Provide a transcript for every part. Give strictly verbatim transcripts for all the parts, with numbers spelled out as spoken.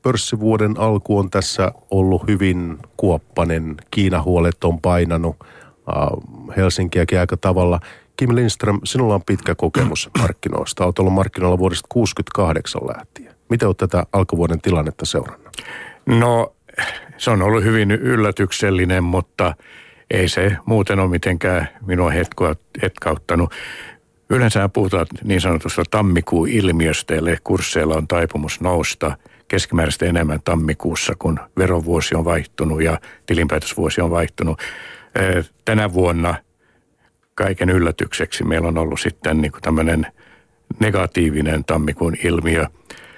pörssivuoden alku on tässä ollut hyvin kuoppanen. Kiinahuolet on painanut Helsinkiäkin aika tavalla. Kim Lindström, sinulla on pitkä kokemus markkinoista. Olet ollut markkinoilla vuodesta kuusikymmentäkahdeksan lähtien. Miten olet tätä alkuvuoden tilannetta seurannut? No, se on ollut hyvin yllätyksellinen, mutta ei se muuten ole mitenkään minua hetkauttanut. Yleensä puhutaan niin sanotusta tammikuun ilmiöstä, eli kursseilla on taipumus nousta keskimääräistä enemmän tammikuussa, kun verovuosi on vaihtunut ja tilinpäätösvuosi on vaihtunut. Tänä vuonna kaiken yllätykseksi meillä on ollut sitten niin kuin tämmöinen negatiivinen tammikuun ilmiö.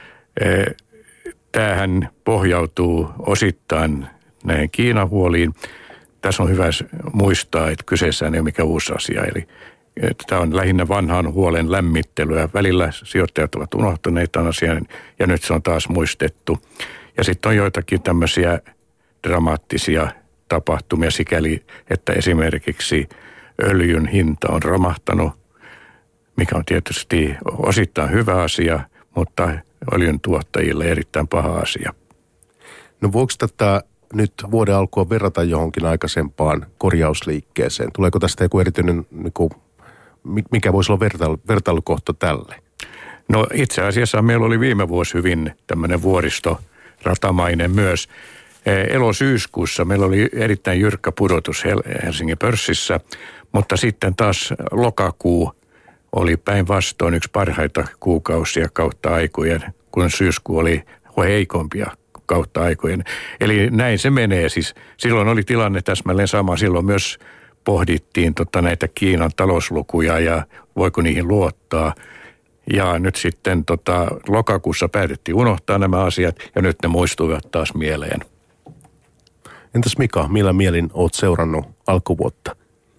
Tämähän pohjautuu osittain näihin Kiinan huoliin. Tässä on hyvä muistaa, että kyseessä ei ole mikään uusi asia. Eli tämä on lähinnä vanhan huolen lämmittelyä. Välillä sijoittajat ovat unohtuneita asiaan ja nyt se on taas muistettu. Ja sitten on joitakin tämmöisiä dramaattisia tapahtumia sikäli, että esimerkiksi öljyn hinta on romahtanut, mikä on tietysti osittain hyvä asia, mutta öljyn tuottajille erittäin paha asia. No voiko tätä nyt vuoden alkua verrata johonkin aikaisempaan korjausliikkeeseen? Tuleeko tästä joku erityinen, niin kuin, mikä voisi olla vertailu, vertailukohta tälle? No itse asiassa meillä oli viime vuosi hyvin tämmöinen vuoristoratamainen myös. Elo-syyskuussa meillä oli erittäin jyrkkä pudotus Helsingin pörssissä, mutta sitten taas lokakuu oli päinvastoin yksi parhaita kuukausia kautta aikojen, kun syyskuu oli heikompia kautta aikojen. Eli näin se menee. Siis silloin oli tilanne täsmälleen sama. Silloin myös pohdittiin tota näitä Kiinan talouslukuja ja voiko niihin luottaa. Ja nyt sitten tota, lokakuussa päätettiin unohtaa nämä asiat ja nyt ne muistuivat taas mieleen. Entäs Mika, millä mielin olet seurannut alkuvuotta?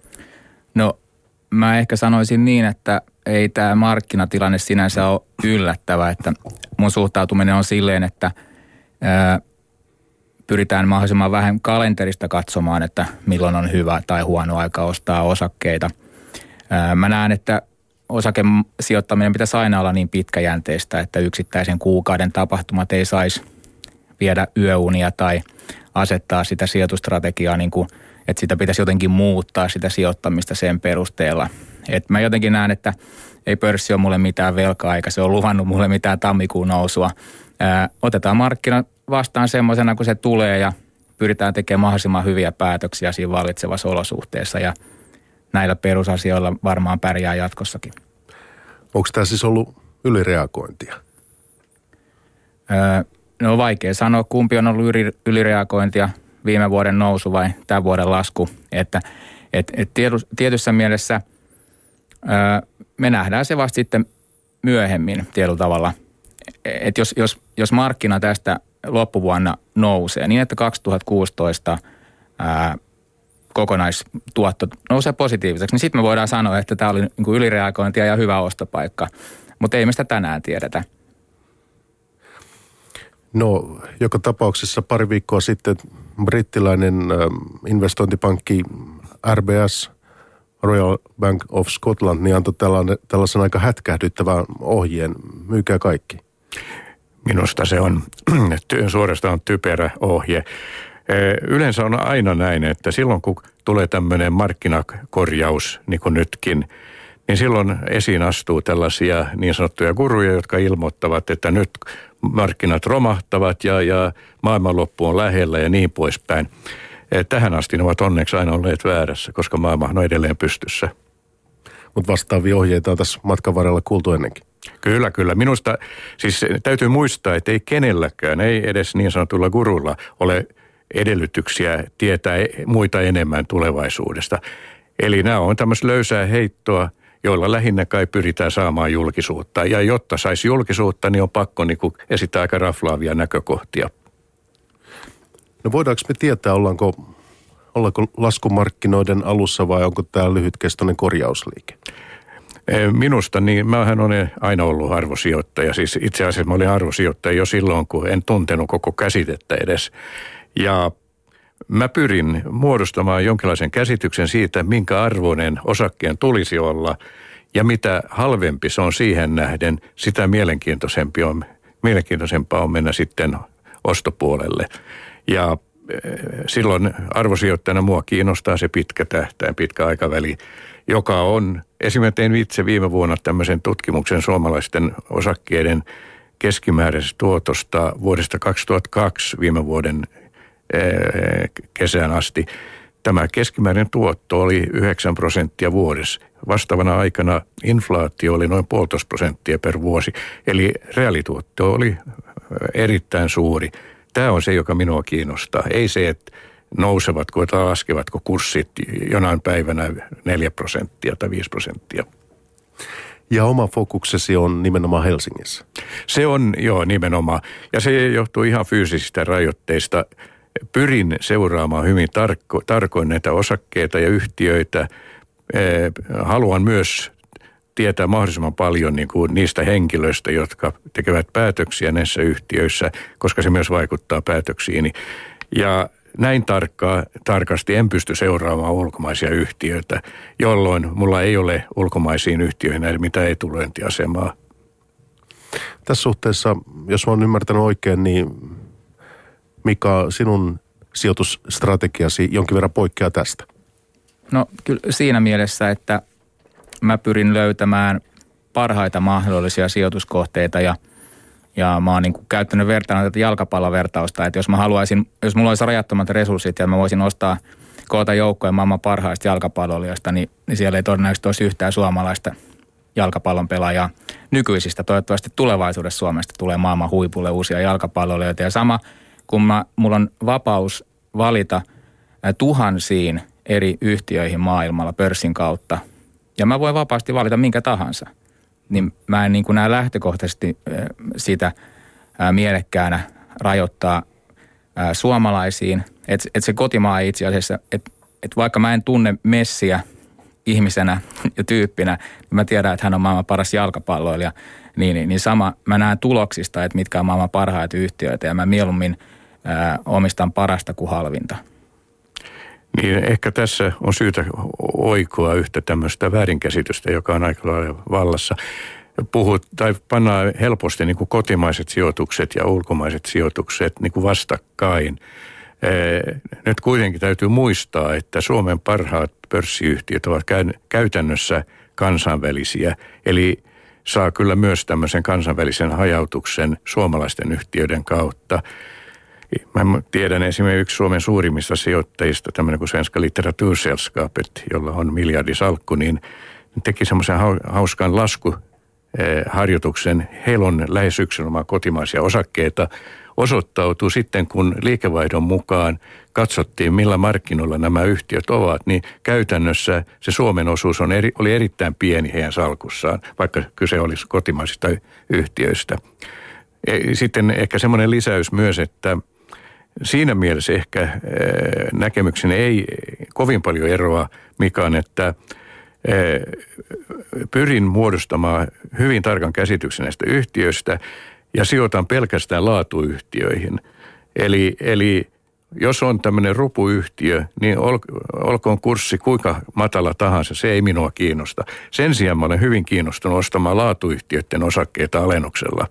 No mä ehkä sanoisin niin, että ei tämä markkinatilanne sinänsä ole yllättävä, että mun suhtautuminen on silleen, että ää, pyritään mahdollisimman vähän kalenterista katsomaan, että milloin on hyvä tai huono aika ostaa osakkeita. Ää, mä näen, että osakesijoittaminen pitäisi aina olla niin pitkäjänteistä, että yksittäisen kuukauden tapahtumat ei saisi viedä yöunia tai asettaa sitä sijoitustrategiaa, niin kuin, että sitä pitäisi jotenkin muuttaa sitä sijoittamista sen perusteella. Et mä jotenkin näen, että ei pörssi ole mulle mitään velkaa, eikä se ole luvannut mulle mitään tammikuun nousua. Ää, otetaan markkina vastaan semmoisena, kun se tulee ja pyritään tekemään mahdollisimman hyviä päätöksiä siinä vallitsevassa olosuhteessa ja näillä perusasioilla varmaan pärjää jatkossakin. Onko tämä siis ollut ylireagointia? Öö, no vaikea sanoa, kumpi on ollut ylireagointia, viime vuoden nousu vai tämän vuoden lasku. Että et, et tietyssä mielessä öö, me nähdään se vasta sitten myöhemmin tietyllä tavalla. Että jos, jos, jos markkina tästä loppuvuonna nousee niin, että kaksituhattakuusitoista ää, kokonaistuotto nousee positiiviseksi, niin sitten me voidaan sanoa, että tämä oli niin kuin ylireagointia ja hyvä ostopaikka. Mutta ei me sitä tänään tiedetä. No, joka tapauksessa pari viikkoa sitten brittiläinen investointipankki R B S, Royal Bank of Scotland, niin antoi tällainen, tällaisen aika hätkähdyttävän ohjeen, myykää kaikki. Minusta se on suorastaan typerä ohje. Yleensä on aina näin, että silloin kun tulee tämmöinen markkinakorjaus, niin kuin nytkin, niin silloin esiin astuu tällaisia niin sanottuja guruja, jotka ilmoittavat, että nyt markkinat romahtavat ja, ja maailmanloppu on lähellä ja niin poispäin. Tähän asti ne ovat onneksi aina olleet väärässä, koska maailma on edelleen pystyssä. Mutta vastaavia ohjeita on tässä matkan varrella kuultu ennenkin. Kyllä, kyllä. Minusta siis täytyy muistaa, että ei kenelläkään, ei edes niin sanotulla gurulla ole edellytyksiä tietää muita enemmän tulevaisuudesta. Eli nämä on tämmöistä löysää heittoa, joilla lähinnä kai pyritään saamaan julkisuutta. Ja jotta saisi julkisuutta, niin on pakko niin kuin esittää aika raflaavia näkökohtia. No voidaanko me tietää, ollaanko, ollaanko laskumarkkinoiden alussa vai onko tämä lyhytkestoinen korjausliike? Minusta niin, mähän olen aina ollut arvosijoittaja. Siis itse asiassa mä olin arvosijoittaja jo silloin, kun en tuntenut koko käsitettä edes. Ja mä pyrin muodostamaan jonkinlaisen käsityksen siitä, minkä arvoinen osakkeen tulisi olla. Ja mitä halvempi se on siihen nähden, sitä mielenkiintoisempi on, mielenkiintoisempaa on mennä sitten ostopuolelle. Ja silloin arvosijoittajana mua kiinnostaa se pitkä tähtäin, pitkä aikaväli, joka on, esimerkiksi tein itse viime vuonna tämmöisen tutkimuksen suomalaisten osakkeiden keskimääräisestä tuotosta vuodesta kaksituhattakaksi viime vuoden kesään asti. Tämä keskimääräinen tuotto oli yhdeksän prosenttia vuodessa. Vastaavana aikana inflaatio oli noin puolitoista prosenttia per vuosi, eli reaalituotto oli erittäin suuri. Tämä on se, joka minua kiinnostaa. Ei se, että nousevatko tai laskevatko kurssit jonain päivänä neljä prosenttia tai viisi prosenttia. Ja oma fokuksesi on nimenomaan Helsingissä? Se on, joo, nimenomaan. Ja se johtuu ihan fyysisistä rajoitteista. Pyrin seuraamaan hyvin tarkko, tarkoin näitä osakkeita ja yhtiöitä. Haluan myös tietää mahdollisimman paljon niin kuin niistä henkilöistä, jotka tekevät päätöksiä näissä yhtiöissä, koska se myös vaikuttaa päätöksiini. Ja näin tarkkaa, tarkasti en pysty seuraamaan ulkomaisia yhtiöitä, jolloin mulla ei ole ulkomaisiin yhtiöihin näille mitään etulyöntiasemaa. Tässä suhteessa, jos mä oon ymmärtänyt oikein, niin Mika, sinun sijoitusstrategiasi jonkin verran poikkeaa tästä? No kyllä siinä mielessä, että mä pyrin löytämään parhaita mahdollisia sijoituskohteita ja, ja mä oon niin kuin käyttänyt vertailua tätä jalkapallovertausta, että jos mä haluaisin, jos mulla olisi rajattomat resurssit ja mä voisin ostaa koota joukkojen maailman parhaista jalkapalloilijoista, niin, niin siellä ei todennäköisesti olisi yhtään suomalaista jalkapallon pelaajaa nykyisistä. Toivottavasti tulevaisuudessa Suomesta tulee maailman huipulle uusia jalkapalloilijoita ja sama kun mä, mulla on vapaus valita tuhansiin eri yhtiöihin maailmalla pörssin kautta, ja mä voin vapaasti valita minkä tahansa, niin mä en niin kuin näe lähtökohtaisesti sitä mielekkäänä rajoittaa suomalaisiin, että et se kotimaa itse asiassa, että et vaikka mä en tunne Messiä ihmisenä ja tyyppinä, niin mä tiedän, että hän on maailman paras jalkapalloilija, niin, niin, niin sama mä näen tuloksista, että mitkä on maailman parhaita yhtiöitä, ja mä mieluummin ää, omistan parasta kuin halvinta. Niin ehkä tässä on syytä oikoa yhtä tämmöistä väärinkäsitystä, joka on aika lailla vallassa. Puhut, tai pannaan helposti niin kuin kotimaiset sijoitukset ja ulkomaiset sijoitukset niin kuin vastakkain. Nyt kuitenkin täytyy muistaa, että Suomen parhaat pörssiyhtiöt ovat käytännössä kansainvälisiä, eli saa kyllä myös tämmöisen kansainvälisen hajautuksen suomalaisten yhtiöiden kautta. Mä tiedän esimerkiksi yksi Suomen suurimmista sijoittajista, tämmöinen kuin Svenska Litteratursällskapet, jolla on miljardisalkku, niin teki semmoisen hauskan laskuharjoituksen. Heillä on lähes yksinomaan kotimaisia osakkeita. Osoittautui sitten, kun liikevaihdon mukaan katsottiin, millä markkinoilla nämä yhtiöt ovat, niin käytännössä se Suomen osuus on eri, oli erittäin pieni heidän salkussaan, vaikka kyse olisi kotimaisista yhtiöistä. Sitten ehkä semmoinen lisäys myös, että siinä mielessä ehkä näkemykseni ei kovin paljon eroa Mikan, että pyrin muodostamaan hyvin tarkan käsityksen näistä yhtiöistä ja sijoitan pelkästään laatuyhtiöihin. Eli, eli jos on tämmöinen rupuyhtiö, niin ol, olkoon kurssi kuinka matala tahansa, se ei minua kiinnosta. Sen sijaan mä olen hyvin kiinnostunut ostamaan laatuyhtiöiden osakkeita alennuksella.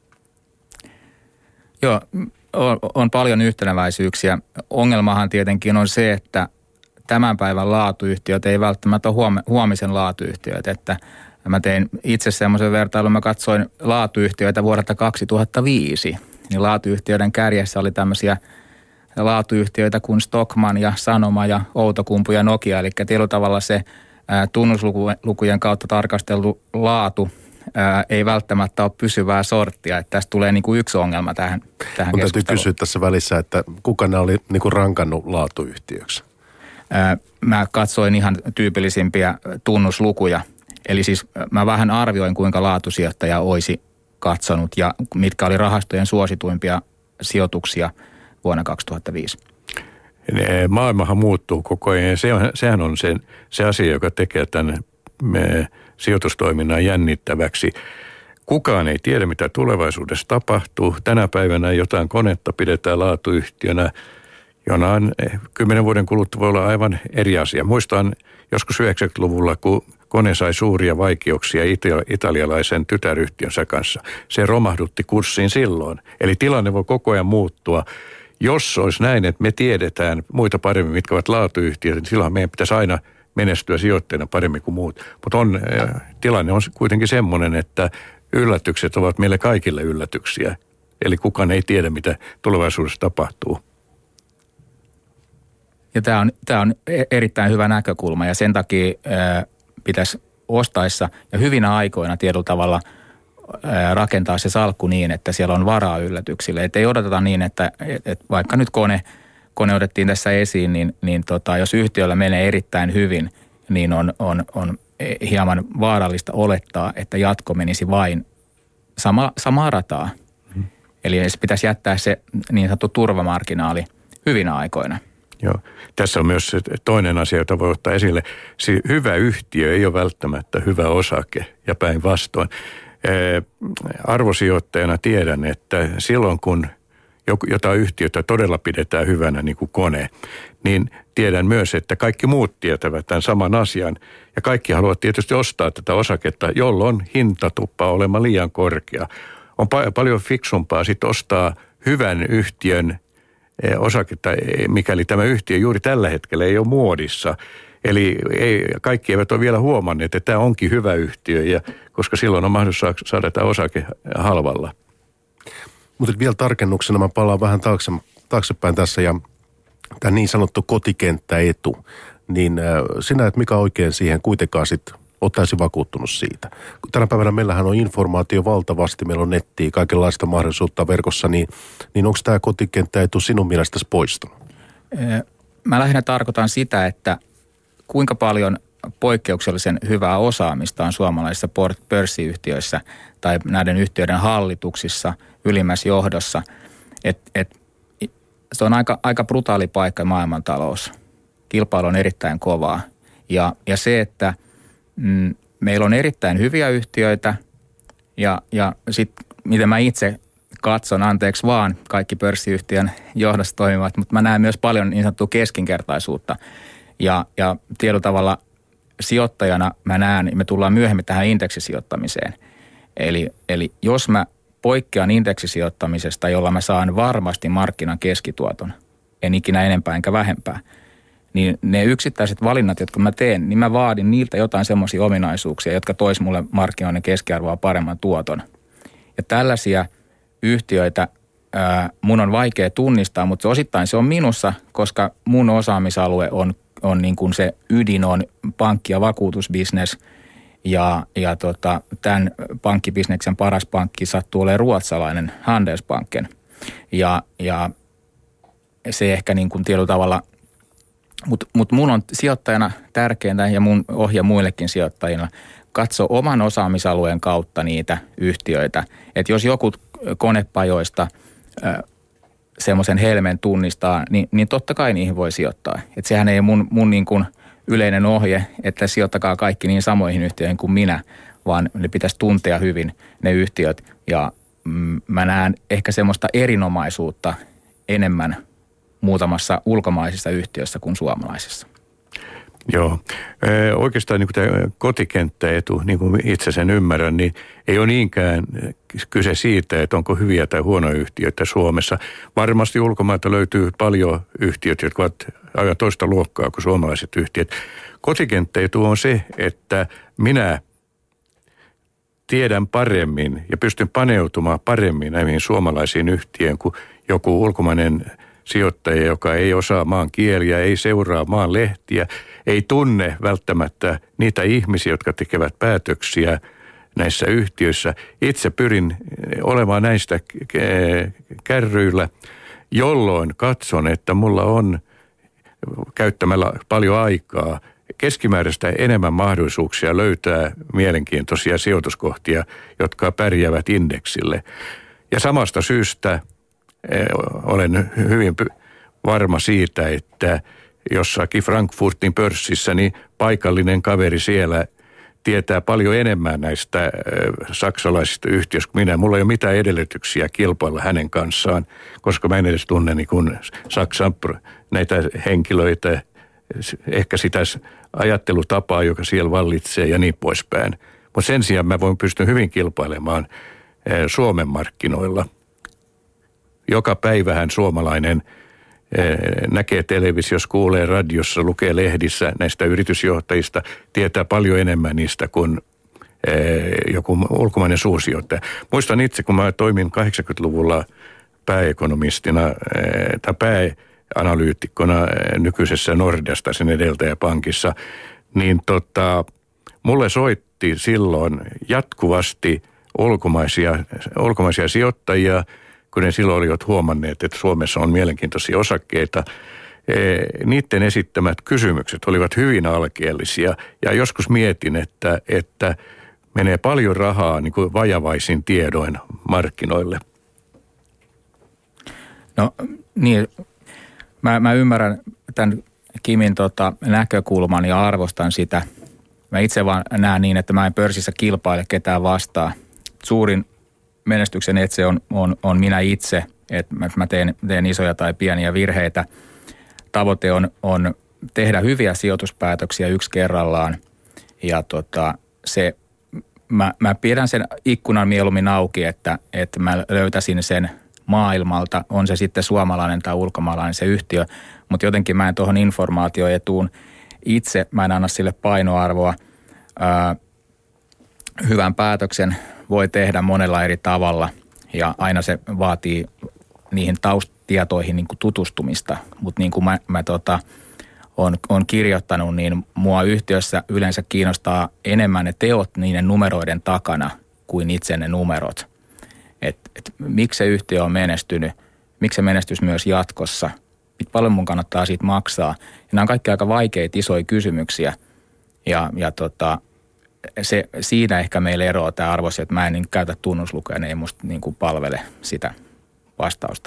Joo, on, on paljon yhteneväisyyksiä. Ongelmahan tietenkin on se, että tämän päivän laatuyhtiöt ei välttämättä ole huom- huomisen laatuyhtiöt, että mä tein itse semmoisen vertailun, mä katsoin laatuyhtiöitä vuodelta kaksituhattaviisi, niin laatuyhtiöiden kärjessä oli tämmöisiä laatuyhtiöitä kuin Stockmann ja Sanoma ja Outokumpu ja Nokia, eli tietyllä tavalla se ää, tunnuslukujen kautta tarkasteltu laatu ää, ei välttämättä ole pysyvää sorttia, että tästä tulee niin kuin yksi ongelma tähän, tähän keskusteluun. Täytyy kysyä tässä välissä, että kuka nämä oli niin kuin rankannut laatuyhtiöksi? Ää, mä katsoin ihan tyypillisimpiä tunnuslukuja. Eli siis mä vähän arvioin, kuinka laatusijoittaja olisi katsonut ja mitkä oli rahastojen suosituimpia sijoituksia vuonna kaksituhattaviisi. Maailmahan muuttuu koko ajan. Se on, sehän on se, se asia, joka tekee tämän me, sijoitustoiminnan jännittäväksi. Kukaan ei tiedä, mitä tulevaisuudessa tapahtuu. Tänä päivänä jotain konetta pidetään laatuyhtiönä, jonain kymmenen vuoden kuluttua voi olla aivan eri asia. Muistan joskus yhdeksänkymmentäluvulla, kun Kone sai suuria vaikeuksia italialaisen tytäryhtiönsä kanssa. Se romahdutti kurssiin silloin. Eli tilanne voi koko ajan muuttua. Jos olisi näin, että me tiedetään muita paremmin, mitkä ovat laatuyhtiöt, niin silloin meidän pitäisi aina menestyä sijoittajana paremmin kuin muut. Mutta on, tilanne on kuitenkin semmoinen, että yllätykset ovat meille kaikille yllätyksiä. Eli kukaan ei tiedä, mitä tulevaisuudessa tapahtuu. Ja tämä on, tämä on erittäin hyvä näkökulma ja sen takia ää, pitäisi ostaessa ja hyvinä aikoina tietyllä tavalla ää, rakentaa se salkku niin, että siellä on varaa yllätyksille. Että ei odoteta niin, että et, et vaikka nyt kone, kone otettiin tässä esiin, niin, niin tota, jos yhtiöllä menee erittäin hyvin, niin on, on, on hieman vaarallista olettaa, että jatko menisi vain sama, samaa rataa. Hmm. Eli se pitäisi jättää se niin sanottu turvamarginaali hyvinä aikoina. Joo. Tässä on myös toinen asia, jota voi ottaa esille. Se hyvä yhtiö ei ole välttämättä hyvä osake ja päinvastoin. Arvosijoittajana tiedän, että silloin kun jotain yhtiötä todella pidetään hyvänä, niin kuin Kone, niin tiedän myös, että kaikki muut tietävät tämän saman asian. Ja kaikki haluavat tietysti ostaa tätä osaketta, jolloin hinta tuppaa olemaan liian korkea. On pa- paljon fiksumpaa sitten ostaa hyvän yhtiön osaketta, mikäli tämä yhtiö juuri tällä hetkellä ei ole muodissa. Eli ei, kaikki eivät ole vielä huomanneet, että tämä onkin hyvä yhtiö, ja, koska silloin on mahdollisuus saada tämä osake halvalla. Mutta vielä tarkennuksena mä palaan vähän taakse, taaksepäin tässä, ja tämä niin sanottu kotikenttäetu, niin äh, sinä et mikä oikein siihen kuitenkaan sitten ottaisi vakuuttunut siitä. Tänä päivänä meillähän on informaatio valtavasti, meillä on nettiä, kaikenlaista mahdollisuutta verkossa, niin, niin onko tämä kotikenttäetu sinun mielestäsi poistunut? Mä lähinnä tarkoitan sitä, että kuinka paljon poikkeuksellisen hyvää osaamista on suomalaisissa pörssiyhtiöissä tai näiden yhtiöiden hallituksissa, ylimmässä johdossa. Et, et, se on aika, aika brutaali paikka maailmantalous. Kilpailu on erittäin kovaa. Ja, ja se, että mm, meillä on erittäin hyviä yhtiöitä ja, ja sitten miten mä itse katson, anteeksi vaan, kaikki pörssiyhtiön johdossa toimivat, mutta mä näen myös paljon niin sanottua keskinkertaisuutta. Ja, ja tietyllä tavalla sijoittajana mä näen, me tullaan myöhemmin tähän indeksisijoittamiseen. Eli, eli jos mä poikkean indeksisijoittamisesta, jolla mä saan varmasti markkinan keskituoton, en ikinä enempää enkä vähempää, niin ne yksittäiset valinnat, jotka mä teen, niin mä vaadin niiltä jotain semmoisia ominaisuuksia, jotka tois mulle markkinoiden keskiarvoa paremman tuoton. Ja tällaisia yhtiöitä ää, mun on vaikea tunnistaa, mutta osittain se on minussa, koska mun osaamisalue on, on niin kuin se ydin on pankki- ja vakuutusbisnes. Ja, ja tota, tämän pankkibisneksen paras pankki sattuu olemaan ruotsalainen Handelsbanken. Ja, ja se ehkä niin kuin tietyllä tavalla, mutta mut mun on sijoittajana tärkeintä ja mun ohje muillekin sijoittajilla katso oman osaamisalueen kautta niitä yhtiöitä. Että jos joku konepajoista semmoisen helmen tunnistaa, niin, niin totta kai niihin voi sijoittaa. Että sehän ei ole mun, mun niin kuin yleinen ohje, että sijoittakaa kaikki niin samoihin yhtiöihin kuin minä, vaan ne pitäisi tuntea hyvin ne yhtiöt. Ja mm, mä näen ehkä semmoista erinomaisuutta enemmän muutamassa ulkomaisessa yhtiössä kuin suomalaisessa. Joo. Oikeastaan niin kuin tämä kotikenttäetu, niin kuin itse sen ymmärrän, niin ei ole niinkään kyse siitä, että onko hyviä tai huonoja yhtiöitä Suomessa. Varmasti ulkomailta löytyy paljon yhtiöitä, jotka ovat aivan toista luokkaa kuin suomalaiset yhtiöt. Kotikenttäetu on se, että minä tiedän paremmin ja pystyn paneutumaan paremmin näihin suomalaisiin yhtiöihin kuin joku ulkomainen sijoittaja, joka ei osaa maan kieliä, ei seuraa maan lehtiä, ei tunne välttämättä niitä ihmisiä, jotka tekevät päätöksiä näissä yhtiöissä. Itse pyrin olemaan näistä kärryillä, jolloin katson, että mulla on käyttämällä paljon aikaa keskimääräistä enemmän mahdollisuuksia löytää mielenkiintoisia sijoituskohtia, jotka pärjäävät indeksille. Ja samasta syystä olen hyvin varma siitä, että jossakin Frankfurtin pörssissä, niin paikallinen kaveri siellä tietää paljon enemmän näistä saksalaisista yhtiöistä kuin minä. Mulla ei ole mitään edellytyksiä kilpailla hänen kanssaan, koska mä en edes tunne niin kuin Saksan näitä henkilöitä ehkä sitä ajattelutapaa, joka siellä vallitsee ja niin poispäin. Mutta sen sijaan mä voin pystyä hyvin kilpailemaan Suomen markkinoilla. Joka päivähän suomalainen näkee televisiossa, kuulee radiossa, lukee lehdissä näistä yritysjohtajista, tietää paljon enemmän niistä kuin joku ulkomainen suursijoittaja. Muistan itse, kun mä toimin kahdeksankymmentäluvulla pääekonomistina tai pääanalyytikkona nykyisessä Nordeasta, sen edeltäjäpankissa, niin tota, mulle soitti silloin jatkuvasti ulkomaisia, ulkomaisia sijoittajia, kun ne silloin olivat huomanneet, että Suomessa on mielenkiintoisia osakkeita. Niiden esittämät kysymykset olivat hyvin alkeellisia ja joskus mietin, että, että menee paljon rahaa niin kuin vajavaisin tiedoin markkinoille. No niin, mä, mä ymmärrän tämän Kimin tota, näkökulman ja arvostan sitä. Mä itse vaan näen niin, että mä en pörssissä kilpaile ketään vastaan. Suurin menestyksen etse on, on, on minä itse, että mä teen, teen isoja tai pieniä virheitä. Tavoite on, on tehdä hyviä sijoituspäätöksiä yksi kerrallaan ja tota, se, mä, mä pidän sen ikkunan mieluummin auki, että, että mä löytäisin sen maailmalta, on se sitten suomalainen tai ulkomaalainen se yhtiö, mutta jotenkin mä en tuohon informaatioetuun itse, mä en anna sille painoarvoa. Ää, hyvän päätöksen voi tehdä monella eri tavalla ja aina se vaatii niihin taustatietoihin niin kuin tutustumista, mutta niin kuin mä, mä tota, on, on kirjoittanut, niin mua yhtiössä yleensä kiinnostaa enemmän ne teot niiden numeroiden takana kuin itse ne numerot. Että et, miksi se yhtiö on menestynyt, miksi se menestys myös jatkossa, paljon mun kannattaa siitä maksaa. Ja nämä on kaikki aika vaikeita, isoja kysymyksiä ja, ja tota, se, siinä ehkä meillä eroaa tämä arvos, että mä en niin käytä tunnuslukuja, ne ei musta niin kuin palvele sitä vastausta.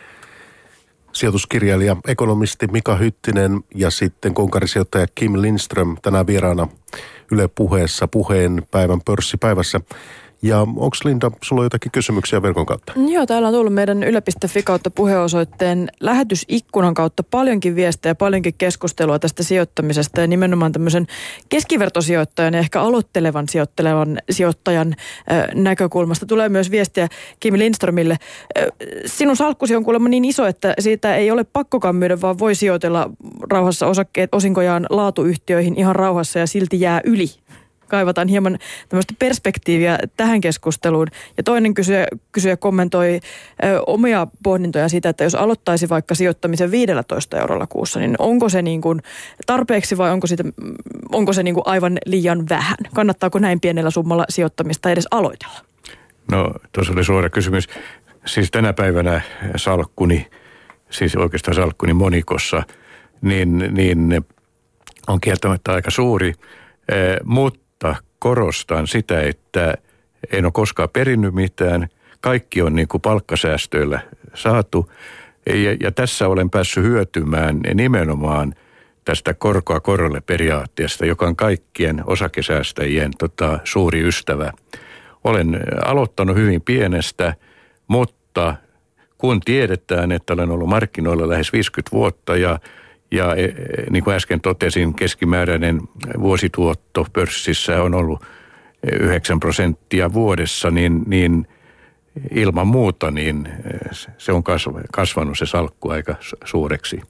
Sijoituskirjailija, ekonomisti Mika Hyttinen ja sitten konkarisijoittaja Kim Lindström tänään vieraana Yle Puheessa puheen päivän pörssipäivässä. Ja onko Linda, sulla on jotakin kysymyksiä verkon kautta? Joo, täällä on tullut meidän yle piste fi kautta puheenosoitteen lähetysikkunan kautta paljonkin viestejä, paljonkin keskustelua tästä sijoittamisesta ja nimenomaan tämmöisen keskivertosijoittajan ja ehkä aloittelevan sijoittelevan sijoittajan äh, näkökulmasta. Tulee myös viestiä Kim Lindströmille. Äh, sinun salkkusi on kuulemma niin iso, että siitä ei ole pakkokaan myydä, vaan voi sijoitella rauhassa osakkeet osinkojaan laatuyhtiöihin ihan rauhassa ja silti jää yli. Kaivataan hieman tämmöistä perspektiiviä tähän keskusteluun. Ja toinen kysyjä, kysyjä kommentoi ö, omia pohdintoja siitä, että jos aloittaisi vaikka sijoittamisen viisitoista eurolla kuussa, niin onko se niin kuin tarpeeksi vai onko, siitä, onko se niin kuin aivan liian vähän? Kannattaako näin pienellä summalla sijoittamista edes aloitella? No, tuossa oli suora kysymys. Siis tänä päivänä salkkuni, siis oikeastaan salkkuni monikossa, niin, niin on kieltämättä aika suuri, eh, mutta korostan sitä, että en ole koskaan perinnyt mitään. Kaikki on niin kuin palkkasäästöillä saatu. Ja, ja tässä olen päässyt hyötymään nimenomaan tästä korkoa korolle periaatteesta, joka on kaikkien osakesäästäjien tota, suuri ystävä. Olen aloittanut hyvin pienestä, mutta kun tiedetään, että olen ollut markkinoilla lähes viisikymmentä vuotta ja Ja niin kuin äsken totesin, keskimääräinen vuosituotto pörssissä on ollut yhdeksän prosenttia vuodessa, niin, niin ilman muuta niin se on kasvanut se salkku aika suureksi.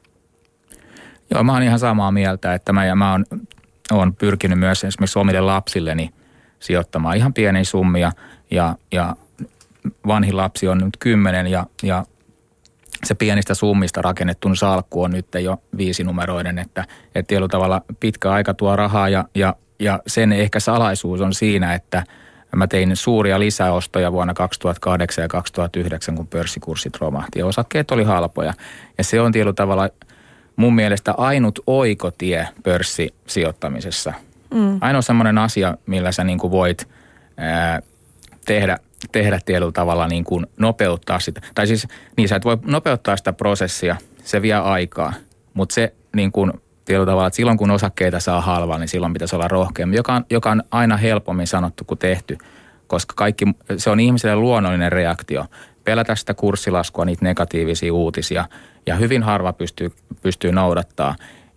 Joo, mä oon ihan samaa mieltä, että mä, ja mä oon, oon pyrkinyt myös esimerkiksi omille lapsilleni sijoittamaan ihan pieniä summia ja, ja vanhin lapsi on nyt kymmenen ja, ja se pienistä summista rakennettu salkku on nyt jo viisinumeroinen, että, että tietyllä tavalla pitkä aika tuo rahaa ja, ja, ja sen ehkä salaisuus on siinä, että mä tein suuria lisäostoja vuonna kaksituhattakahdeksan ja kaksituhattayhdeksän, kun pörssikurssit romahti ja osakkeet oli halpoja. Ja se on tietyllä tavalla mun mielestä ainut oikotie pörssisijoittamisessa. Mm. Ainoa semmoinen asia, millä sä niin kuin voit ää, tehdä tehdä tietyllä tavalla niin kuin nopeuttaa sitä. Tai siis niin sä et voi nopeuttaa sitä prosessia, se vie aikaa, mutta se niin kuin tietyllä tavalla, että silloin kun osakkeita saa halvalla, niin silloin pitäisi olla rohkeammin, joka on, joka on aina helpommin sanottu kuin tehty, koska kaikki, se on ihmiselle luonnollinen reaktio. Pelätä sitä kurssilaskua, niitä negatiivisia uutisia ja hyvin harva pystyy, pystyy noudattaa.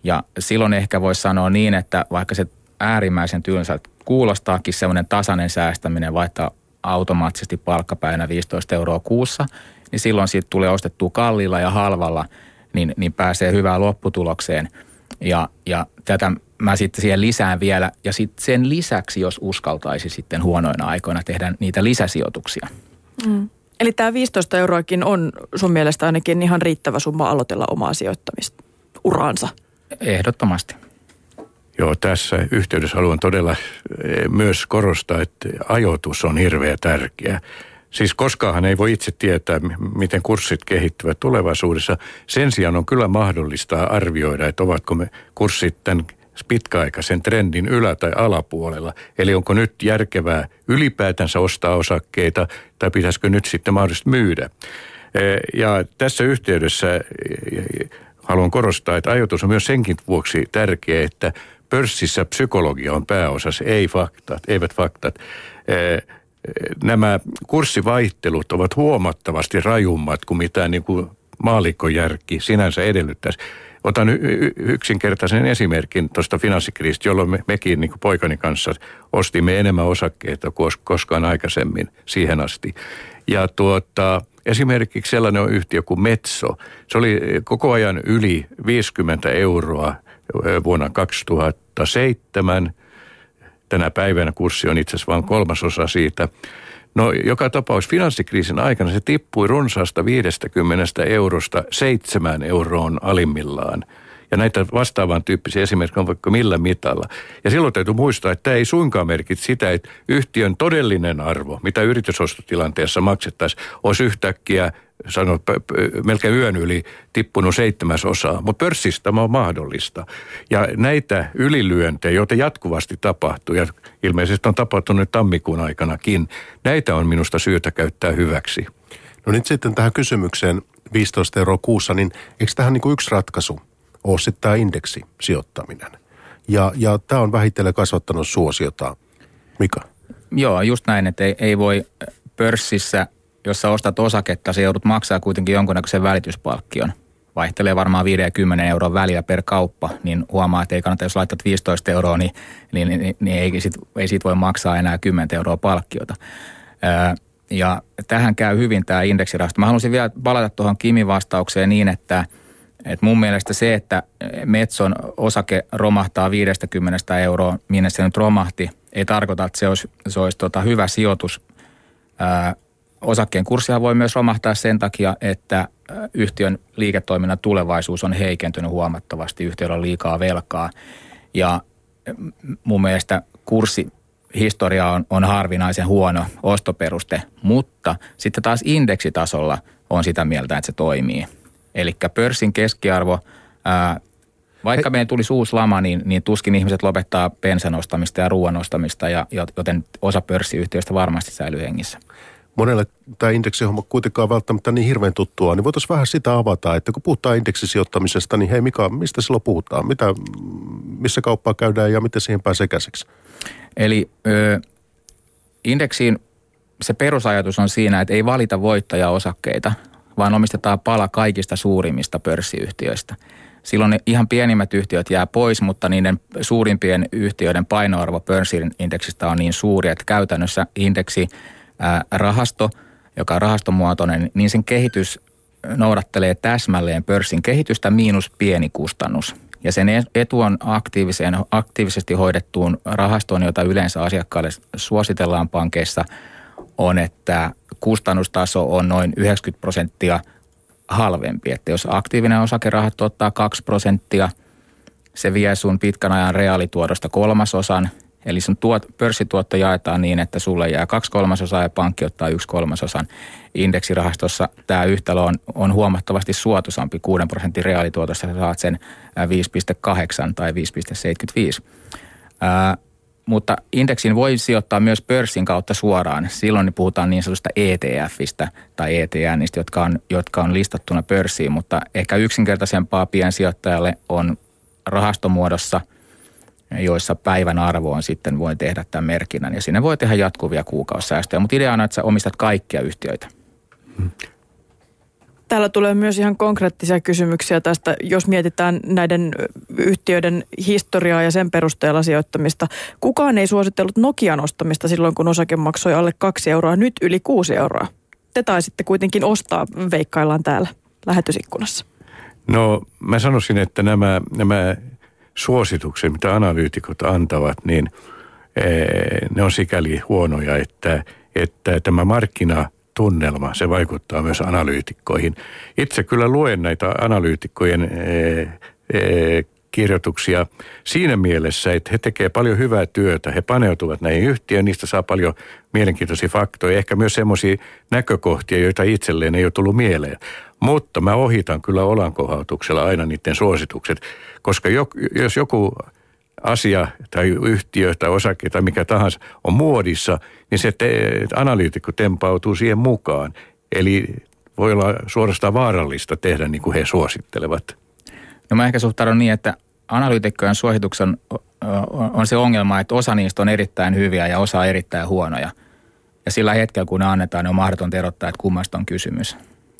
Ja silloin ehkä voisi sanoa niin, että vaikka se äärimmäisen tylsältä kuulostaakin semmoinen tasainen säästäminen, vaikka automaattisesti palkkapäivänä viisitoista euroa kuussa, niin silloin siitä tulee ostettua kalliilla ja halvalla, niin, niin pääsee hyvään lopputulokseen. Ja, ja tätä mä sitten siihen lisään vielä, ja sitten sen lisäksi, jos uskaltaisi sitten huonoina aikoina tehdä niitä lisäsijoituksia. Mm. Eli tämä viisitoista euroakin on sun mielestä ainakin ihan riittävä summa aloitella omaa sijoittamista uraansa? Ehdottomasti. Joo, tässä yhteydessä haluan todella myös korostaa, että ajoitus on hirveän tärkeä. Siis koskaanhan ei voi itse tietää, miten kurssit kehittyvät tulevaisuudessa. Sen sijaan on kyllä mahdollista arvioida, että ovatko me kurssit tämän pitkäaikaisen trendin ylä- tai alapuolella. Eli onko nyt järkevää ylipäätänsä ostaa osakkeita tai pitäisikö nyt sitten mahdollisesti myydä. Ja tässä yhteydessä haluan korostaa, että ajoitus on myös senkin vuoksi tärkeä, että pörssissä psykologia on pääosassa, ei faktat, eivät faktat. Nämä kurssivaihtelut ovat huomattavasti rajummat kuin mitä niin kuin maallikkojärki sinänsä edellyttäisi. Otan y- yksinkertaisen esimerkin tuosta finanssikriisistä, jolloin me, mekin niin kuin poikani kanssa ostimme enemmän osakkeita kuin koskaan aikaisemmin siihen asti. Ja tuota, esimerkiksi sellainen yhtiö kuin Metso, se oli koko ajan yli viisikymmentä euroa vuonna kaksituhattaseitsemän. Tänä päivänä kurssi on itse asiassa vain kolmasosa siitä. No joka tapaus finanssikriisin aikana se tippui runsaasta viidestäkymmenestä eurosta seitsemään euroon alimmillaan. Ja näitä vastaavan tyyppisiä esimerkkejä on vaikka millä mitalla. Ja silloin täytyy muistaa, että tämä ei suinkaan merkitse sitä, että yhtiön todellinen arvo, mitä yritysostotilanteessa maksettaisiin, olisi yhtäkkiä sanot, melkein yön yli tippunut seitsemäsosaa. Mutta pörssissä tämä on mahdollista. Ja näitä ylilyöntejä, joita jatkuvasti tapahtuu, ja ilmeisesti on tapahtunut tammikuun aikanakin, näitä on minusta syytä käyttää hyväksi. No nyt sitten tähän kysymykseen viisitoista euroa kuussa, niin eikö tähän niin kuin yksi ratkaisu ole sitten tämä indeksisijoittaminen? Ja, ja tämä on vähitellen kasvattanut suosiota. Mika? Joo, just näin, että ei, ei voi pörssissä, jos sä ostat osaketta, sä joudut maksaa kuitenkin jonkunnäköisen välityspalkkion. Vaihtelee varmaan viisi ja kymmenen euron välillä per kauppa, niin huomaa, että ei kannata, jos laitat viisitoista euroa, niin, niin, niin, niin ei, sit, ei siitä voi maksaa enää kymmenen euroa palkkiota. Öö, ja tähän käy hyvin tämä indeksirahasto. Mä haluaisin vielä palata tuohon Kimin vastaukseen niin, että Et mun mielestä se, että Metson osake romahtaa viisikymmentä euroa, minne se nyt romahti, ei tarkoita, että se olisi, se olisi tota hyvä sijoitus. Ää, osakkeen kurssihan voi myös romahtaa sen takia, että yhtiön liiketoiminnan tulevaisuus on heikentynyt huomattavasti. Yhtiöllä on liikaa velkaa ja mun mielestä kurssihistoria on, on harvinaisen huono ostoperuste, mutta sitten taas indeksitasolla on sitä mieltä, että se toimii. Eli pörssin keskiarvo, ää, vaikka meidän tulisi uusi lama, niin, niin tuskin ihmiset lopettaa bensan ostamista ja ruoan ostamista, ja, joten osa pörssiyhtiöistä varmasti säilyy hengissä. Monelle tämä indeksihomma kuitenkaan välttämättä niin hirveän tuttua, niin voitaisiin vähän sitä avata, että kun puhutaan indeksisijoittamisesta, niin hei Mika, mistä silloin puhutaan? Mitä, missä kauppaa käydään ja miten siihen pääsee käsiksi? Eli ö, indeksiin se perusajatus on siinä, että ei valita voittajaosakkeita, vaan omistetaan pala kaikista suurimmista pörssiyhtiöistä. Silloin ne ihan pienimmät yhtiöt jää pois, mutta niiden suurimpien yhtiöiden painoarvo pörssin indeksistä on niin suuri, että käytännössä indeksi ää, rahasto, joka on rahastomuotoinen, niin sen kehitys noudattelee täsmälleen pörssin kehitystä miinus pieni kustannus. Ja sen etu on aktiiviseen, aktiivisesti hoidettuun rahastoon, jota yleensä asiakkaalle suositellaan pankeissa, on, että kustannustaso on noin yhdeksänkymmentä prosenttia halvempi. Että jos aktiivinen osakerahasto ottaa kaksi prosenttia, se vie sun pitkän ajan reaalituotosta kolmasosan. Eli sun tuot, pörssituotto jaetaan niin, että sulle jää kaksi kolmasosaa ja pankki ottaa yksi kolmasosan. Indeksirahastossa tämä yhtälö on, on huomattavasti suotuisampi. kuuden prosentin reaalituotosta saat sen viisi pilkku kahdeksan tai viisi pilkku seitsemänkymmentäviisi. Ää, Mutta indeksin voi sijoittaa myös pörssin kautta suoraan. Silloin puhutaan niin sanotusta E T F:istä tai E T N:istä, jotka on, jotka on listattuna pörssiin. Mutta ehkä yksinkertaisempaa piensijoittajalle on rahastomuodossa, joissa päivän arvoon sitten voi tehdä tämän merkinnän. Ja sinne voi tehdä jatkuvia kuukausisäästöjä. Mutta idea on, että sä omistat kaikkia yhtiöitä. Täällä tulee myös ihan konkreettisia kysymyksiä tästä, jos mietitään näiden yhtiöiden historiaa ja sen perusteella sijoittamista. Kukaan ei suositellut Nokian ostamista silloin, kun osake maksoi alle kaksi euroa, nyt yli kuusi euroa. Te taisitte kuitenkin ostaa, veikkaillaan täällä lähetysikkunassa. No mä sanoisin, että nämä, nämä suositukset, mitä analyytikot antavat, niin ne on sikäli huonoja, että, että tämä markkinatunnelma, se vaikuttaa myös analyytikkoihin. Itse kyllä luen näitä analyytikkojen ee, ee, kirjoituksia siinä mielessä, että he tekevät paljon hyvää työtä. He paneutuvat näihin yhtiöihin, niistä saa paljon mielenkiintoisia faktoja, ehkä myös semmoisia näkökohtia, joita itselleen ei ole tullut mieleen. Mutta mä ohitan kyllä olankohautuksella aina niiden suositukset, koska jos joku asia tai yhtiö tai osake tai mikä tahansa on muodissa, niin se te- analyytikko tempautuu siihen mukaan. Eli voi olla suorastaan vaarallista tehdä niin kuin he suosittelevat. No mä ehkä suhtaudun niin, että analyytikkojen suosituksen on se ongelma, että osa niistä on erittäin hyviä ja osa on erittäin huonoja. Ja sillä hetkellä, kun ne annetaan, niin on mahdotonta erottaa, että kummasta on kysymys.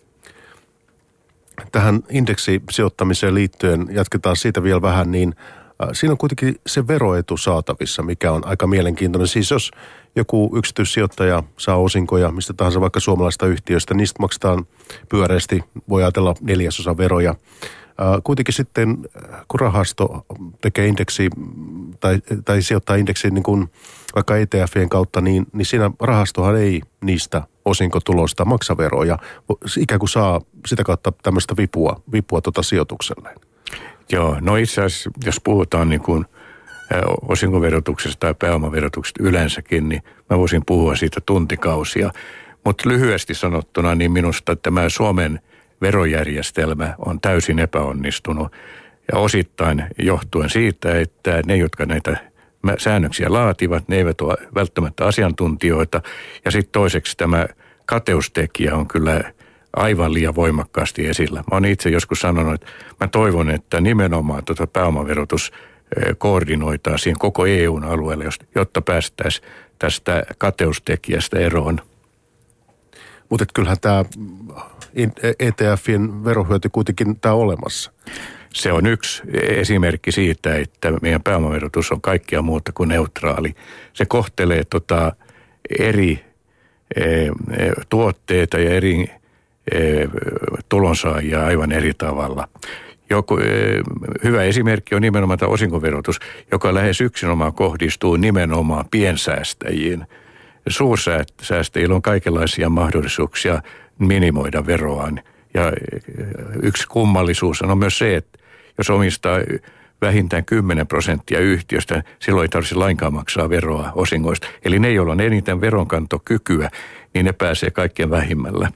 Tähän indeksisijoittamiseen liittyen jatketaan siitä vielä vähän, niin siinä on kuitenkin se veroetu saatavissa, mikä on aika mielenkiintoinen. Siis jos joku yksityissijoittaja saa osinkoja mistä tahansa vaikka suomalaista yhtiöstä, niistä maksetaan pyöreästi, voi ajatella neljäsosa veroja. Kuitenkin sitten, kun rahasto tekee indeksi tai, tai sijoittaa indeksiin niin kuin vaikka E T F:ien kautta, niin, niin siinä rahastohan ei niistä osinkotulosta maksa veroja. Ikään kuin saa sitä kautta tämmöistä vipua, vipua tuota sijoitukselleen. Joo, no itse asiassa, jos puhutaan niin kuin osinkoverotuksesta tai pääomaverotuksesta yleensäkin, niin mä voisin puhua siitä tuntikausia. Mutta lyhyesti sanottuna, niin minusta tämä Suomen verojärjestelmä on täysin epäonnistunut ja osittain johtuen siitä, että ne, jotka näitä säännöksiä laativat, ne eivät ole välttämättä asiantuntijoita. Ja sitten toiseksi tämä kateustekijä on kyllä aivan liian voimakkaasti esillä. Mä oon itse joskus sanonut, että mä toivon, että nimenomaan tuota pääomaverotus koordinoitaisiin koko E U:n alueelle, jotta päästäisiin tästä kateustekijästä eroon. Mutta kyllähän tämä E T F:ien verohyöty kuitenkin tämä olemassa. Se on yksi esimerkki siitä, että meidän pääomaverotus on kaikkea muuta kuin neutraali. Se kohtelee tota eri e, tuotteita ja eri e, tulonsaajia aivan eri tavalla. Joku, e, hyvä esimerkki on nimenomaan tämä osinkoverotus, joka lähes yksinomaan kohdistuu nimenomaan piensäästäjiin. Suursäästäjillä on kaikenlaisia mahdollisuuksia minimoida veroaan. Ja yksi kummallisuus on myös se, että jos omistaa vähintään kymmenen prosenttia yhtiöstä, silloin ei tarvitse lainkaan maksaa veroa osingoista. Eli ne, joilla on eniten veronkantokykyä, niin ne pääsee kaikkein vähimmällä.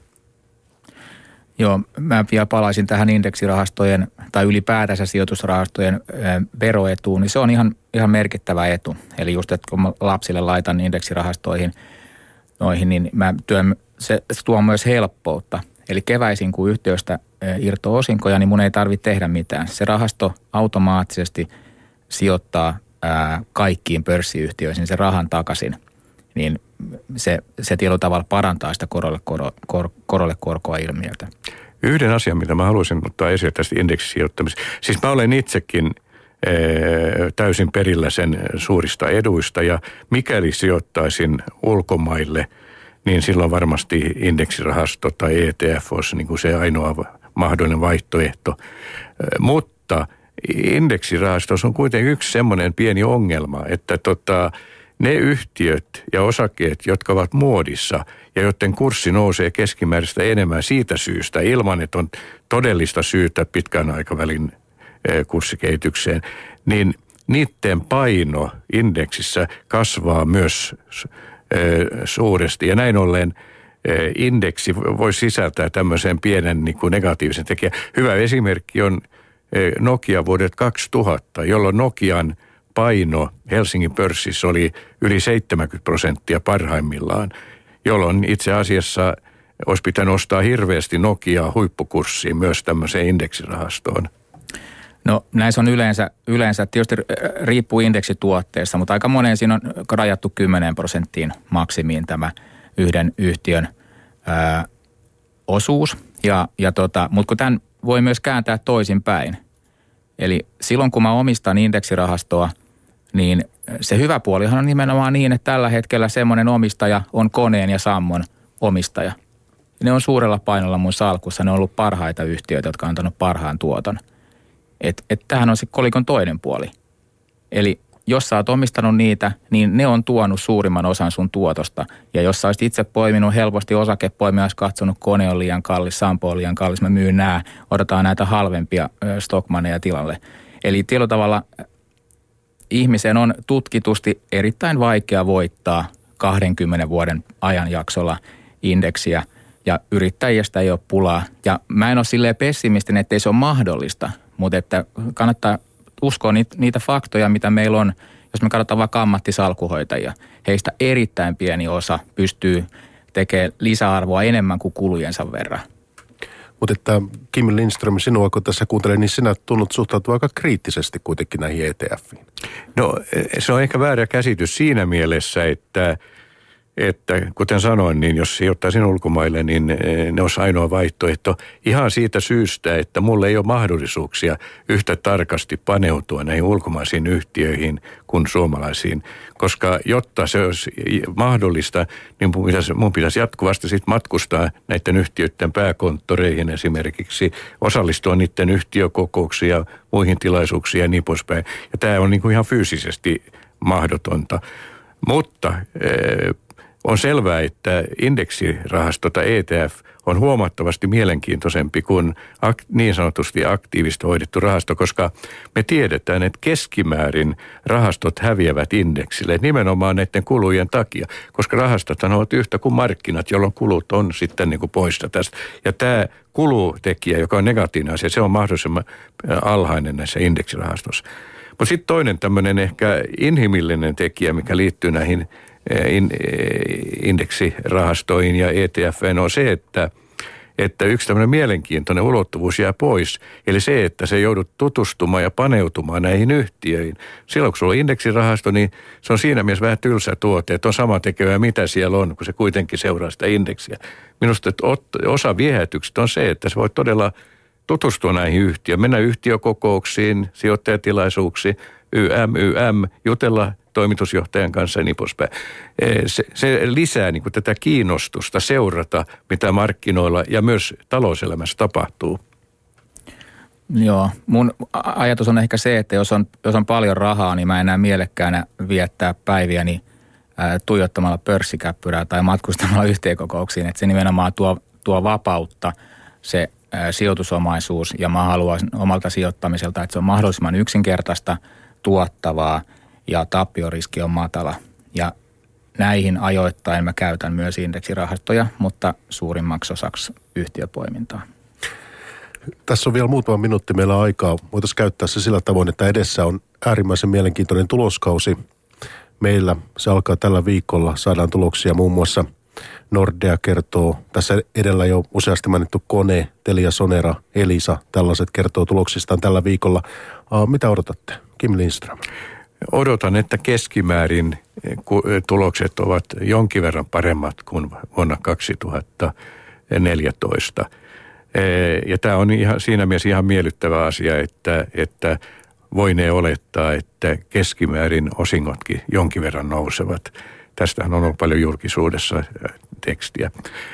Joo, mä vielä palaisin tähän indeksirahastojen tai ylipäätänsä sijoitusrahastojen veroetuun, niin se on ihan, ihan merkittävä etu. Eli just, että kun mä lapsille laitan indeksirahastoihin noihin, niin mä työn, se, se tuo myös helppoutta. Eli keväisin, kun yhtiöstä irtoaa osinkoja, niin mun ei tarvitse tehdä mitään. Se rahasto automaattisesti sijoittaa ää, kaikkiin pörssiyhtiöihin sen rahan takaisin. Niin se, se tietyllä tavalla parantaa sitä korolle, koro, kor, korolle korkoa ilmiötä. Yhden asian, mitä mä haluaisin ottaa esille tästä indeksisijoittamisesta. Siis mä olen itsekin ää, täysin perillä sen suurista eduista ja mikäli sijoittaisin ulkomaille, niin silloin varmasti indeksirahasto tai E T F olisi niin kuin se ainoa mahdollinen vaihtoehto. Mutta indeksirahastossa on kuitenkin yksi semmoinen pieni ongelma, että tota, ne yhtiöt ja osakkeet, jotka ovat muodissa ja joiden kurssi nousee keskimääräistä enemmän siitä syystä, ilman että on todellista syytä pitkän aikavälin kurssikehitykseen, niin niiden paino indeksissä kasvaa myös suuresti. Ja näin ollen indeksi voi sisältää tämmöisen pienen niin kuin negatiivisen tekijän. Hyvä esimerkki on Nokia vuodet kaksituhatta, jolloin Nokian paino Helsingin pörssissä oli yli seitsemänkymmentä prosenttia parhaimmillaan, jolloin itse asiassa olisi pitänyt ostaa hirveästi Nokiaa huippukurssiin myös tämmöiseen indeksirahastoon. No näissä on yleensä, yleensä tietysti riippuu indeksituotteesta, mutta aika moneen siinä on rajattu kymmenen prosenttiin maksimiin tämä yhden yhtiön ää, osuus. Ja, ja tota, mutta kun tämän voi myös kääntää toisinpäin. Eli silloin kun mä omistan indeksirahastoa, niin se hyvä puolihan on nimenomaan niin, että tällä hetkellä semmoinen omistaja on Koneen ja Sammon omistaja. Ne on suurella painolla mun salkussa, ne on ollut parhaita yhtiöitä, jotka on antanut parhaan tuoton. Että et tämähän on se kolikon toinen puoli. Eli jos sä oot omistanut niitä, niin ne on tuonut suurimman osan sun tuotosta. Ja jos sä olisit itse poiminut helposti osakepoimia, olisi katsonut, Kone on liian kallis, Sampo on liian kallis, mä myyn nää, odotetaan näitä halvempia stockmaneja tilalle. Eli tietyllä tavalla ihmisen on tutkitusti erittäin vaikea voittaa kahdenkymmenen vuoden ajanjaksolla indeksiä, ja yrittäjistä ei ole pulaa. Ja mä en ole silleen pessimistinen, että ei se ole mahdollista, mutta että kannattaa uskoa niitä, niitä faktoja, mitä meillä on. Jos me katsotaan vaikka ammattisalkuhoitajia, heistä erittäin pieni osa pystyy tekemään lisäarvoa enemmän kuin kulujensa verran. Mutta että Kim Lindström, sinua kun tässä kuuntelee, niin sinä tunnut suhtautua aika kriittisesti kuitenkin näihin E T F:iin. No se on ehkä väärä käsitys siinä mielessä, että että kuten sanoin, niin jos sijoittaisin ulkomaille, niin ne olisi ainoa vaihtoehto ihan siitä syystä, että mulla ei ole mahdollisuuksia yhtä tarkasti paneutua näihin ulkomaisiin yhtiöihin kuin suomalaisiin. Koska jotta se olisi mahdollista, niin mun pitäisi, mun pitäisi jatkuvasti sit matkustaa näiden yhtiöiden pääkonttoreihin esimerkiksi, osallistua niiden yhtiökokouksiin ja muihin tilaisuuksiin ja niin poispäin. Ja tämä on niin kuin ihan fyysisesti mahdotonta. Mutta on selvää, että indeksirahasto tai E T F on huomattavasti mielenkiintoisempi kuin niin sanotusti aktiivisesti hoidettu rahasto, koska me tiedetään, että keskimäärin rahastot häviävät indeksille nimenomaan näiden kulujen takia, koska rahastothan ovat yhtä kuin markkinat, jolloin kulut on sitten niin kuin poissa tästä. Ja tämä kulutekijä, joka on negatiivinen asia, se on mahdollisimman alhainen näissä indeksirahastossa. Mutta sitten toinen tämmöinen ehkä inhimillinen tekijä, mikä liittyy näihin indeksirahastoihin ja E T F:n on se, että, että yksi tämmöinen mielenkiintoinen ulottuvuus jää pois. Eli se, että se joudut tutustumaan ja paneutumaan näihin yhtiöihin. Silloin kun sulla on indeksirahasto, niin se on siinä mielessä vähän tylsä tuote, että on sama tekevää mitä siellä on, kun se kuitenkin seuraa sitä indeksiä. Minusta osa viehätyksestä on se, että se voi todella tutustua näihin yhtiöihin, mennä yhtiökokouksiin, sijoittajatilaisuuksiin, Y M, Y M, jutella toimitusjohtajan kanssa ja niin poispäin. Se, se lisää niin kuin tätä kiinnostusta seurata, mitä markkinoilla ja myös talouselämässä tapahtuu. Joo, mun ajatus on ehkä se, että jos on, jos on paljon rahaa, niin mä en enää mielekkäänä viettää päiviäni ää, tuijottamalla pörssikäppyrää tai matkustamalla yhtiökokouksiin. Että se nimenomaan tuo, tuo vapautta, se ää, sijoitusomaisuus, ja mä haluan omalta sijoittamiselta, että se on mahdollisimman yksinkertaista, tuottavaa ja tappioriski on matala. Ja näihin ajoittain mä käytän myös indeksirahastoja, mutta suurimmaksi osaksi yhtiöpoimintaa. Tässä on vielä muutama minuutti meillä aikaa. Voitaisiin käyttää se sillä tavoin, että edessä on äärimmäisen mielenkiintoinen tuloskausi. Meillä se alkaa tällä viikolla. Saadaan tuloksia muun muassa Nordea kertoo, tässä edellä jo useasti mainittu Kone, Telia, Sonera, Elisa, tällaiset kertoo tuloksistaan tällä viikolla. Uh, mitä odotatte, Kim Lindström? Odotan, että keskimäärin tulokset ovat jonkin verran paremmat kuin vuonna kaksituhattaneljätoista. Ja tämä on ihan, siinä mielessä ihan miellyttävä asia, että, että voinee olettaa, että keskimäärin osingotkin jonkin verran nousevat. Tästähän on ollut paljon julkisuudessa tekstiä.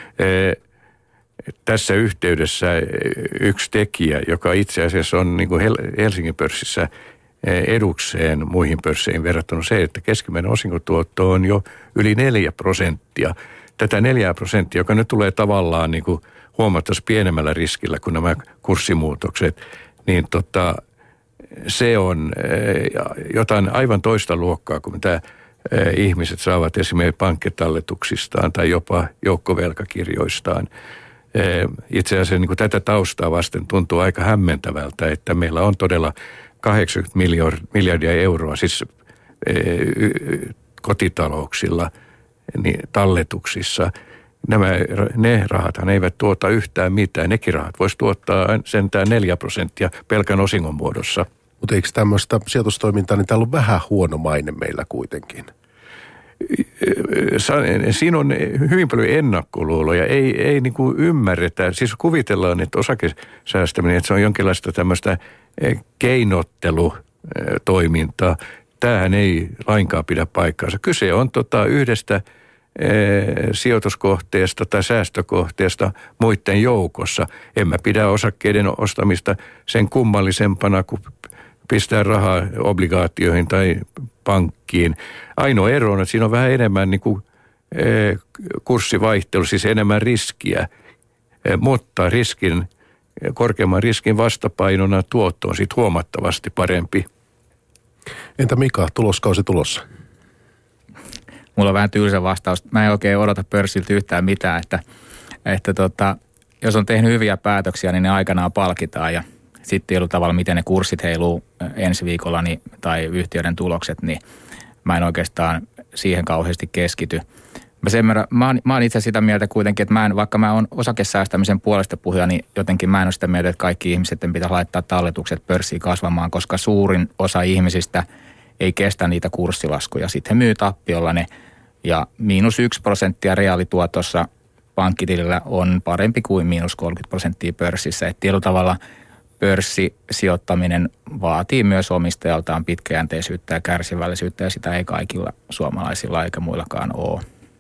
Tässä yhteydessä yksi tekijä, joka itse asiassa on niin kuin Helsingin pörssissä edukseen muihin pörsseihin verrattuna se, että keskimäärin osinkotuotto on jo yli neljä prosenttia. Tätä neljä prosenttia, joka nyt tulee tavallaan niin kuin huomattavasti pienemmällä riskillä kuin nämä kurssimuutokset, niin tota, se on jotain aivan toista luokkaa kuin mitä ihmiset saavat esimerkiksi pankkitalletuksistaan tai jopa joukkovelkakirjoistaan. Itse asiassa niin kuin tätä taustaa vasten tuntuu aika hämmentävältä, että meillä on todella kahdeksankymmentä miljardia euroa siis kotitalouksilla niin talletuksissa. Nämä, ne rahathan eivät tuota yhtään mitään. Nekin rahat voisi tuottaa sentään neljä prosenttia pelkän osingon muodossa. Mutta eikö tämmöistä sijoitustoimintaa, niin täällä on vähän huono maine meillä kuitenkin? siinä on hyvin paljon ennakkoluuloja. Ei, ei niin kuin ymmärretä, siis kuvitellaan, että osakesäästäminen, että se on jonkinlaista tämmöistä keinottelutoimintaa. Tämähän ei lainkaan pidä paikkaansa. Kyse on tota yhdestä sijoituskohteesta tai säästökohteesta muiden joukossa. En mä pidä osakkeiden ostamista sen kummallisempana kuin pistää rahaa obligaatioihin tai pankkiin. Ainoa ero on, että siinä on vähän enemmän niin kuin, e, kurssivaihtelu, siis enemmän riskiä, e, mutta riskin, korkeamman riskin vastapainona tuotto on sitten huomattavasti parempi. Entä Mika, tuloskausi tulossa? Mulla on vähän tylsä vastaus. Mä en oikein odota pörssiltä yhtään mitään, että, että tota, jos on tehnyt hyviä päätöksiä, niin ne aikanaan palkitaan ja sitten tietyllä tavalla, miten ne kurssit heiluu ensi viikolla niin, tai yhtiöiden tulokset, niin mä en oikeastaan siihen kauheasti keskity. Mä, sen verran, mä, oon, mä oon itse sitä mieltä kuitenkin, että mä en, vaikka mä oon osakesäästämisen puolesta puhuja, niin jotenkin mä en ole sitä mieltä, että kaikki ihmiset pitää laittaa talletukset pörssiin kasvamaan, koska suurin osa ihmisistä ei kestä niitä kurssilaskuja. Sitten he myy tappiolla ne ja miinus yksi prosenttia reaalituotossa pankkitilillä on parempi kuin miinus kolmekymmentä prosenttia pörssissä. Että tietyllä tavalla pörssisijoittaminen vaatii myös omistajaltaan pitkäjänteisyyttä ja kärsivällisyyttä ja sitä ei kaikilla suomalaisilla eikä muillakaan ole.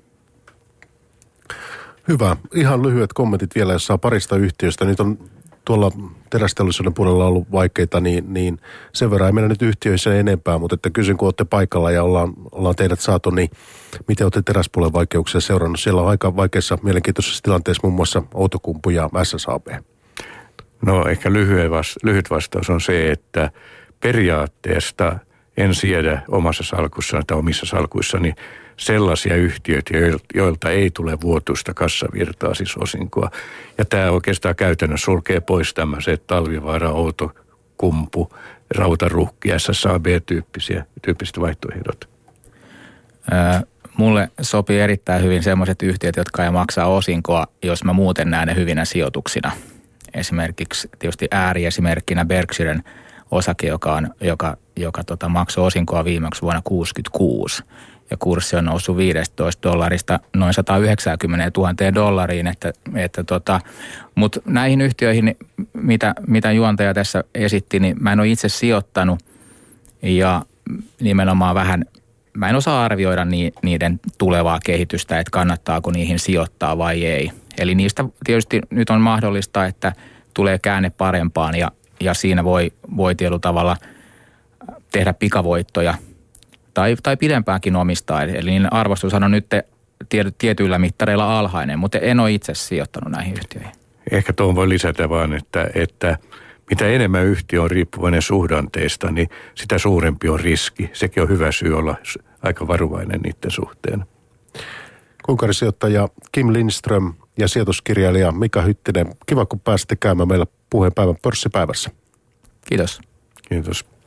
Hyvä. Ihan lyhyet kommentit vielä, jos saa parista yhtiöstä. Nyt on tuolla terästeollisuuden puolella ollut vaikeita, niin, niin sen verran ei mennä nyt yhtiöissä enempää, mutta että kysyn, kun olette paikalla ja ollaan, ollaan teidät saatu, niin miten olette teräspuolen vaikeuksia seurannut? Siellä on aika vaikeassa, mielenkiintoisessa tilanteessa muun muassa Outokumpu ja S S A B. No ehkä lyhyt, lyhyt vastaus on se, että periaatteesta en siedä omassa salkussani tai omissa salkuissani sellaisia yhtiöitä, joilta ei tule vuotuista kassavirtaa, siis osinkoa. Ja tämä oikeastaan käytännössä sulkee pois tämmöiset Talvivaara, Outokumpu, Rautaruhki, S S A B-tyyppisiä tyyppiset vaihtoehdot. Öö, mulle sopii erittäin hyvin sellaiset yhtiöt, jotka ei maksaa osinkoa, jos mä muuten näen ne hyvinä sijoituksina. Esimerkiksi tietysti ääriesimerkkinä Berkshiren osake, joka, on, joka, joka tota, maksoi osinkoa viimeksi vuonna kuusikymmentäkuusi. Ja kurssi on noussut viisitoista dollarista noin sata yhdeksänkymmentätuhatta dollariin. Että, että tota, mutta näihin yhtiöihin, mitä, mitä juontaja tässä esitti, niin mä en ole itse sijoittanut. Ja nimenomaan vähän, mä en osaa arvioida ni, niiden tulevaa kehitystä, että kannattaako niihin sijoittaa vai ei. Eli niistä tietysti nyt on mahdollista, että tulee käänne parempaan ja, ja siinä voi, voi tietyllä tavalla tehdä pikavoittoja tai, tai pidempäänkin omistaa. Eli niin arvostushan on nyt tietyillä mittareilla alhainen, mutta en ole itse sijoittanut näihin yhtiöihin. Ehkä tuon voi lisätä vaan, että, että mitä enemmän yhtiö on riippuvainen suhdanteista, niin sitä suurempi on riski. Sekin on hyvä syy olla aika varovainen niiden suhteen. Kunkarisijoittaja Kim Lindström ja sijoituskirjailija Mika Hyttinen. Kiva, kun pääsitte käymään meillä puheenpäivän pörssipäivässä. Kiitos. Kiitos.